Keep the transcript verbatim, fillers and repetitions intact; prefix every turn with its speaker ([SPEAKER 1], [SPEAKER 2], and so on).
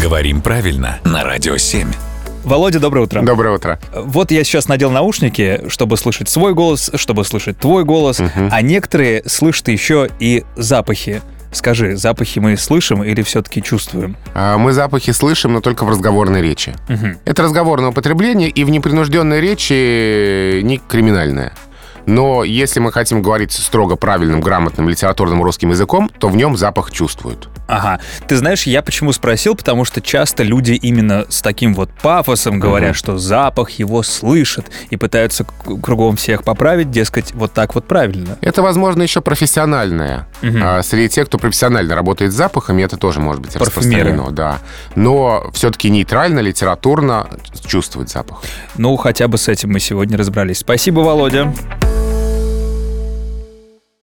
[SPEAKER 1] Говорим правильно на Радио семь.
[SPEAKER 2] Володя, доброе утро.
[SPEAKER 3] Доброе утро.
[SPEAKER 2] Вот я сейчас надел наушники, чтобы слышать свой голос, чтобы слышать твой голос, угу. а некоторые слышат еще и запахи. Скажи, запахи мы слышим или все-таки чувствуем?
[SPEAKER 3] Мы запахи слышим, но только в разговорной речи. Угу. Это разговорное употребление, и в непринужденной речи не криминальное. Но если мы хотим говорить строго правильным, грамотным, литературным русским языком, то в нем запах чувствуют.
[SPEAKER 2] Ага. Ты знаешь, я почему спросил, потому что часто люди именно с таким вот пафосом говорят, угу. что запах его слышат, и пытаются кругом всех поправить, дескать, вот так вот правильно.
[SPEAKER 3] Это, возможно, еще профессиональное. Угу. А среди тех, кто профессионально работает с запахами, это тоже может быть распространено. Да. Но все-таки нейтрально, литературно чувствовать запах.
[SPEAKER 2] Ну, хотя бы с этим мы сегодня разобрались. Спасибо, Володя.